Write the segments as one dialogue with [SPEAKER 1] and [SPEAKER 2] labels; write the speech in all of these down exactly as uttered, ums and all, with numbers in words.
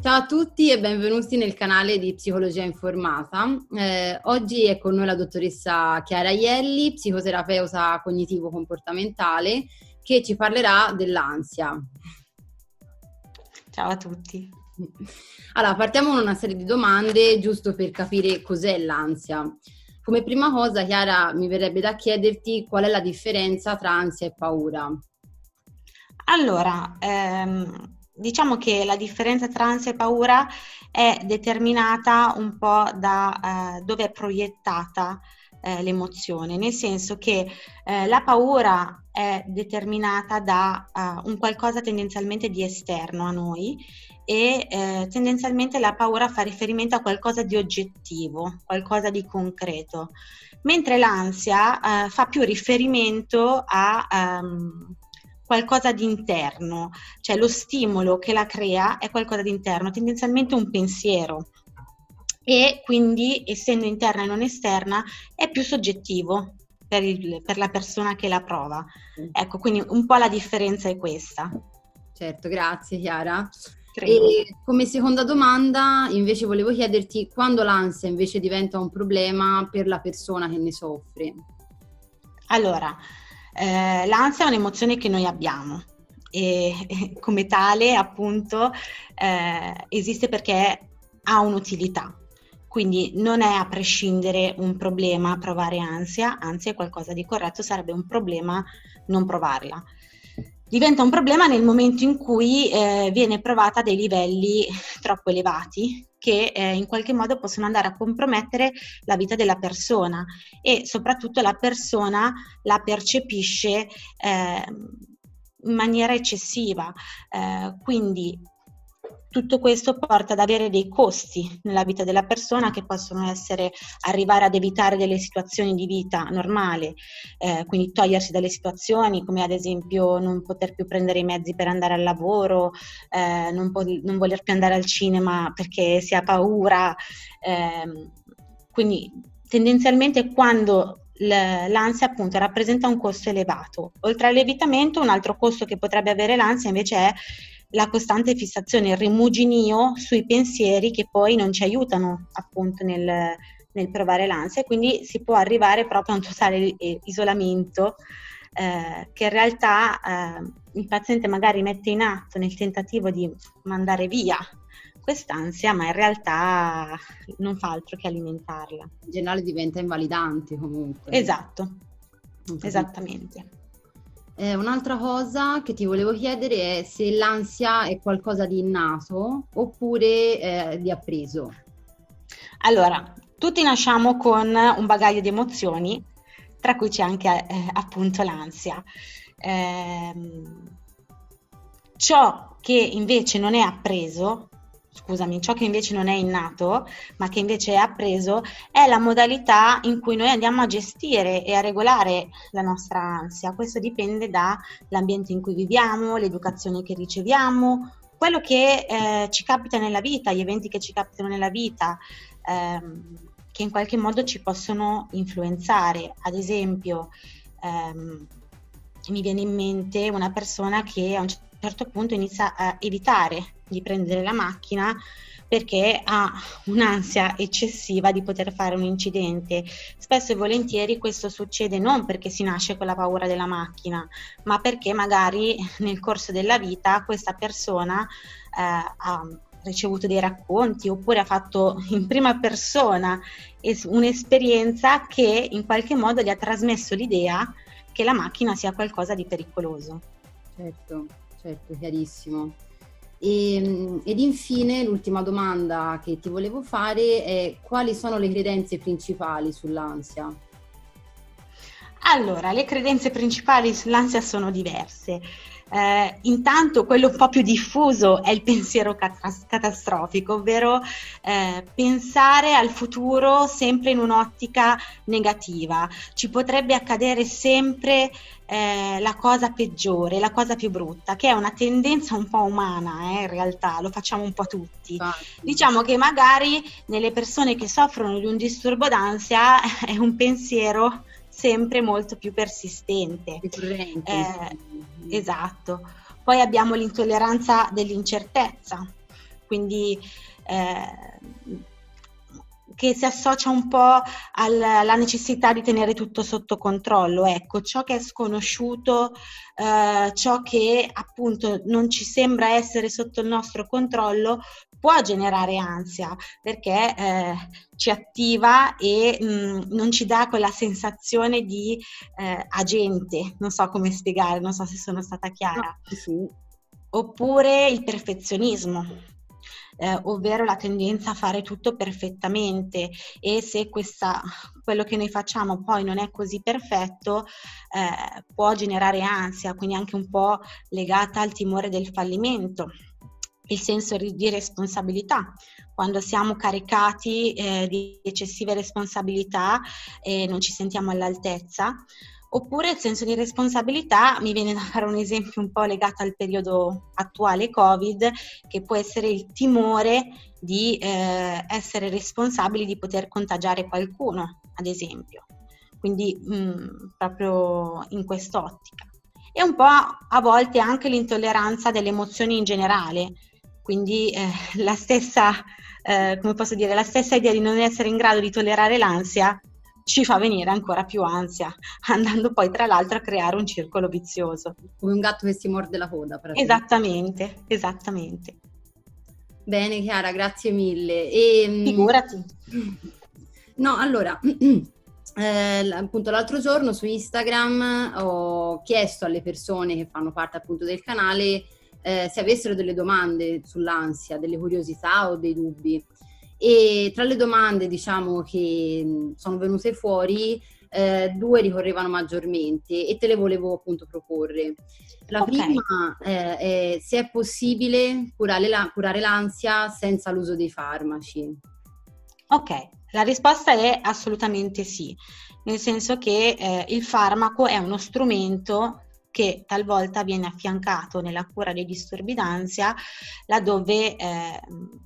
[SPEAKER 1] Ciao a tutti e benvenuti nel canale di Psicologia Informata. Eh, oggi è con noi la dottoressa Chiara Ielli, psicoterapeuta cognitivo-comportamentale, che ci parlerà dell'ansia.
[SPEAKER 2] Ciao a tutti.
[SPEAKER 1] Allora, partiamo con una serie di domande giusto per capire cos'è l'ansia. Come prima cosa, Chiara, mi verrebbe da chiederti qual è la differenza tra ansia e paura.
[SPEAKER 2] Allora, ehm, diciamo che la differenza tra ansia e paura è determinata un po' da eh, dove è proiettata eh, l'emozione, nel senso che eh, la paura è determinata da uh, un qualcosa tendenzialmente di esterno a noi e eh, tendenzialmente la paura fa riferimento a qualcosa di oggettivo, qualcosa di concreto, mentre l'ansia eh, fa più riferimento a um, qualcosa di interno, cioè lo stimolo che la crea è qualcosa di interno, tendenzialmente un pensiero, e quindi essendo interna e non esterna è più soggettivo per, il, per la persona che la prova. Ecco, quindi un po' la differenza è questa.
[SPEAKER 1] Certo, grazie Chiara.
[SPEAKER 2] Prego.
[SPEAKER 1] E come seconda domanda invece volevo chiederti quando l'ansia invece diventa un problema per la persona che ne soffre.
[SPEAKER 2] Allora, eh, l'ansia è un'emozione che noi abbiamo e, e come tale appunto eh, esiste perché ha un'utilità, quindi non è a prescindere un problema provare ansia, anzi è qualcosa di corretto, sarebbe un problema non provarla. Diventa un problema nel momento in cui eh, viene provata a dei livelli troppo elevati che eh, in qualche modo possono andare a compromettere la vita della persona e soprattutto la persona la percepisce eh, in maniera eccessiva. Eh, quindi tutto questo porta ad avere dei costi nella vita della persona che possono essere arrivare ad evitare delle situazioni di vita normale, eh, quindi togliersi dalle situazioni come ad esempio non poter più prendere i mezzi per andare al lavoro, eh, non, po- non voler più andare al cinema perché si ha paura. Eh, quindi tendenzialmente quando l'ansia appunto rappresenta un costo elevato, oltre all'evitamento un altro costo che potrebbe avere l'ansia invece è la costante fissazione, il rimuginio sui pensieri che poi non ci aiutano appunto nel, nel provare l'ansia, e quindi si può arrivare proprio a un totale isolamento eh, che in realtà eh, il paziente magari mette in atto nel tentativo di mandare via quest'ansia, ma in realtà non fa altro che alimentarla.
[SPEAKER 1] In generale diventa invalidante comunque.
[SPEAKER 2] Esatto, esattamente.
[SPEAKER 1] Eh, un'altra cosa che ti volevo chiedere è se l'ansia è qualcosa di innato oppure eh, di appreso.
[SPEAKER 2] Allora, tutti nasciamo con un bagaglio di emozioni, tra cui c'è anche eh, appunto l'ansia. Eh, ciò che invece non è appreso, scusami, ciò che invece non è innato, ma che invece è appreso, è la modalità in cui noi andiamo a gestire e a regolare la nostra ansia. Questo dipende dall'ambiente in cui viviamo, l'educazione che riceviamo, quello che eh, ci capita nella vita, gli eventi che ci capitano nella vita, ehm, che in qualche modo ci possono influenzare. Ad esempio, ehm, mi viene in mente una persona che a un certo punto inizia a evitare di prendere la macchina perché ha un'ansia eccessiva di poter fare un incidente. Spesso e volentieri questo succede non perché si nasce con la paura della macchina, ma perché magari nel corso della vita questa persona eh, ha ricevuto dei racconti oppure ha fatto in prima persona es- un'esperienza che in qualche modo gli ha trasmesso l'idea che la macchina sia qualcosa di pericoloso.
[SPEAKER 1] Certo, certo, chiarissimo. E, ed infine l'ultima domanda che ti volevo fare è quali sono le credenze principali sull'ansia?
[SPEAKER 2] Allora, le credenze principali sull'ansia sono diverse. Eh, intanto quello un po' più diffuso è il pensiero cat- catastrofico, ovvero eh, pensare al futuro sempre in un'ottica negativa. Ci potrebbe accadere sempre eh, la cosa peggiore, la cosa più brutta, che è una tendenza un po' umana, eh, in realtà, lo facciamo un po' tutti.
[SPEAKER 1] Ah,
[SPEAKER 2] Diciamo che magari nelle persone che soffrono di un disturbo d'ansia è un pensiero sempre molto più persistente.
[SPEAKER 1] ricorrente,
[SPEAKER 2] Eh, esatto. Poi abbiamo l'intolleranza dell'incertezza, quindi eh, che si associa un po' alla, alla necessità di tenere tutto sotto controllo. Ecco, ciò che è sconosciuto, eh, ciò che appunto non ci sembra essere sotto il nostro controllo, può generare ansia, perché eh, ci attiva e mh, non ci dà quella sensazione di eh, agente, non so come spiegare, non so se sono stata chiara.
[SPEAKER 1] Sì.
[SPEAKER 2] Oppure il perfezionismo, eh, ovvero la tendenza a fare tutto perfettamente, e se questa, quello che noi facciamo poi non è così perfetto, eh, può generare ansia, quindi anche un po' legata al timore del fallimento. Il senso di responsabilità, quando siamo caricati eh, di eccessive responsabilità e non ci sentiamo all'altezza. Oppure il senso di responsabilità, mi viene da fare un esempio un po' legato al periodo attuale Covid, che può essere il timore di eh, essere responsabili di poter contagiare qualcuno, ad esempio. Quindi mh, proprio in quest'ottica. E un po' a volte anche l'intolleranza delle emozioni in generale, quindi eh, la stessa, eh, come posso dire, la stessa idea di non essere in grado di tollerare l'ansia ci fa venire ancora più ansia, andando poi tra l'altro a creare un circolo vizioso.
[SPEAKER 1] Come un gatto che si morde la coda.
[SPEAKER 2] Esattamente, esattamente.
[SPEAKER 1] Bene Chiara, grazie mille. E,
[SPEAKER 2] figurati.
[SPEAKER 1] No, allora, eh, appunto l'altro giorno su Instagram ho chiesto alle persone che fanno parte appunto del canale eh, se avessero delle domande sull'ansia, delle curiosità o dei dubbi. E tra le domande, diciamo, che sono venute fuori, eh, due ricorrevano maggiormente e te le volevo appunto proporre. La
[SPEAKER 2] Okay.
[SPEAKER 1] prima eh, è se è possibile curare, la, curare l'ansia senza l'uso dei farmaci.
[SPEAKER 2] Ok, la risposta è assolutamente sì, nel senso che eh, il farmaco è uno strumento che talvolta viene affiancato nella cura dei disturbi d'ansia, laddove eh,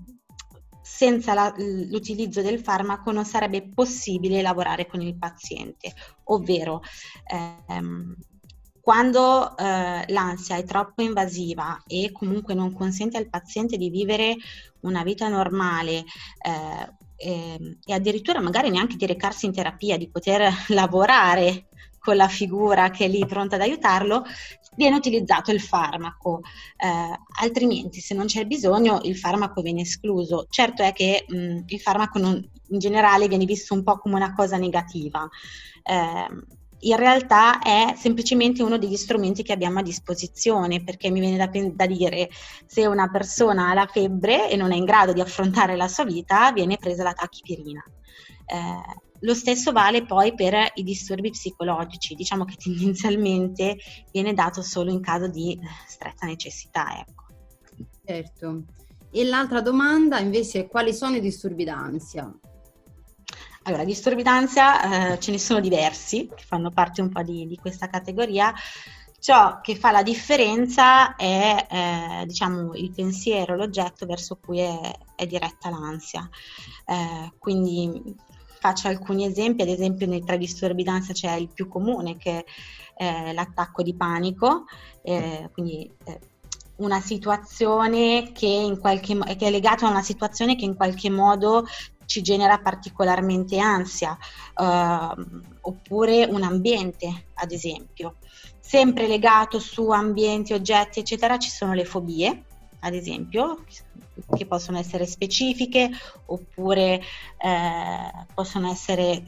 [SPEAKER 2] senza la, l'utilizzo del farmaco non sarebbe possibile lavorare con il paziente, ovvero ehm, quando eh, l'ansia è troppo invasiva e comunque non consente al paziente di vivere una vita normale, eh, e, e addirittura magari neanche di recarsi in terapia, di poter lavorare con la figura che è lì pronta ad aiutarlo, viene utilizzato il farmaco, eh, altrimenti se non c'è bisogno il farmaco viene escluso. Certo è che mh, il farmaco non, in generale viene visto un po' come una cosa negativa, eh, in realtà è semplicemente uno degli strumenti che abbiamo a disposizione, perché mi viene da, da dire, se una persona ha la febbre e non è in grado di affrontare la sua vita, viene presa la tachipirina. Eh, lo stesso vale poi per i disturbi psicologici, diciamo che tendenzialmente viene dato solo in caso di stretta necessità, ecco.
[SPEAKER 1] Certo. E l'altra domanda invece è: quali sono i disturbi d'ansia?
[SPEAKER 2] Allora, disturbi d'ansia eh, ce ne sono diversi che fanno parte un po' di, di questa categoria. Ciò che fa la differenza è eh, diciamo il pensiero, l'oggetto verso cui è, è diretta l'ansia. Eh, quindi faccio alcuni esempi, ad esempio nei tre disturbi d'ansia c'è il più comune, che è l'attacco di panico, eh, quindi eh, una situazione che in qualche mo- che è legata a una situazione che in qualche modo ci genera particolarmente ansia, eh, oppure un ambiente, ad esempio. Sempre legato su ambienti, oggetti, eccetera, ci sono le fobie, ad esempio, che possono essere specifiche, oppure eh, possono essere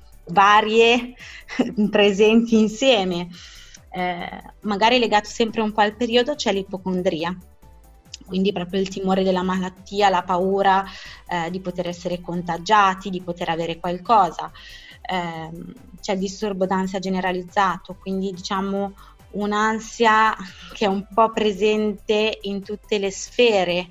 [SPEAKER 2] varie, presenti insieme. Eh, magari legato sempre un po' al periodo c'è l'ipocondria, quindi proprio il timore della malattia, la paura eh, di poter essere contagiati, di poter avere qualcosa. Eh, c'è il disturbo d'ansia generalizzato, quindi diciamo un'ansia che è un po' presente in tutte le sfere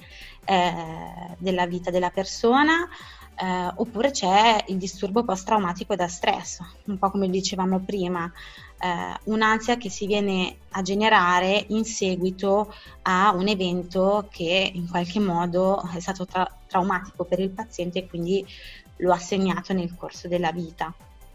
[SPEAKER 2] eh, della vita della persona. Eh, oppure c'è il disturbo post-traumatico da stress, un po' come dicevamo prima, eh, un'ansia che si viene a generare in seguito a un evento che in qualche modo è stato tra- traumatico per il paziente e quindi lo ha segnato nel corso della vita.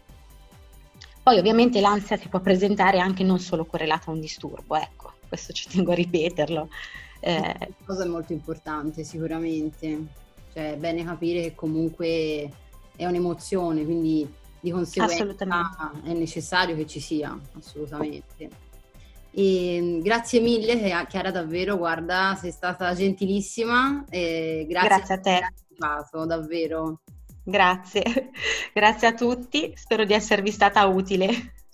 [SPEAKER 2] Poi ovviamente l'ansia si può presentare anche non solo correlata a un disturbo, ecco, questo ci tengo a ripeterlo. Eh,
[SPEAKER 1] Cosa è molto importante sicuramente, cioè è bene capire che comunque è un'emozione, quindi di conseguenza è necessario che ci sia, assolutamente. E grazie mille Chiara, davvero, guarda, sei stata gentilissima e grazie,
[SPEAKER 2] grazie a te.
[SPEAKER 1] Partecipato, davvero.
[SPEAKER 2] Grazie, grazie a tutti, spero di esservi stata utile.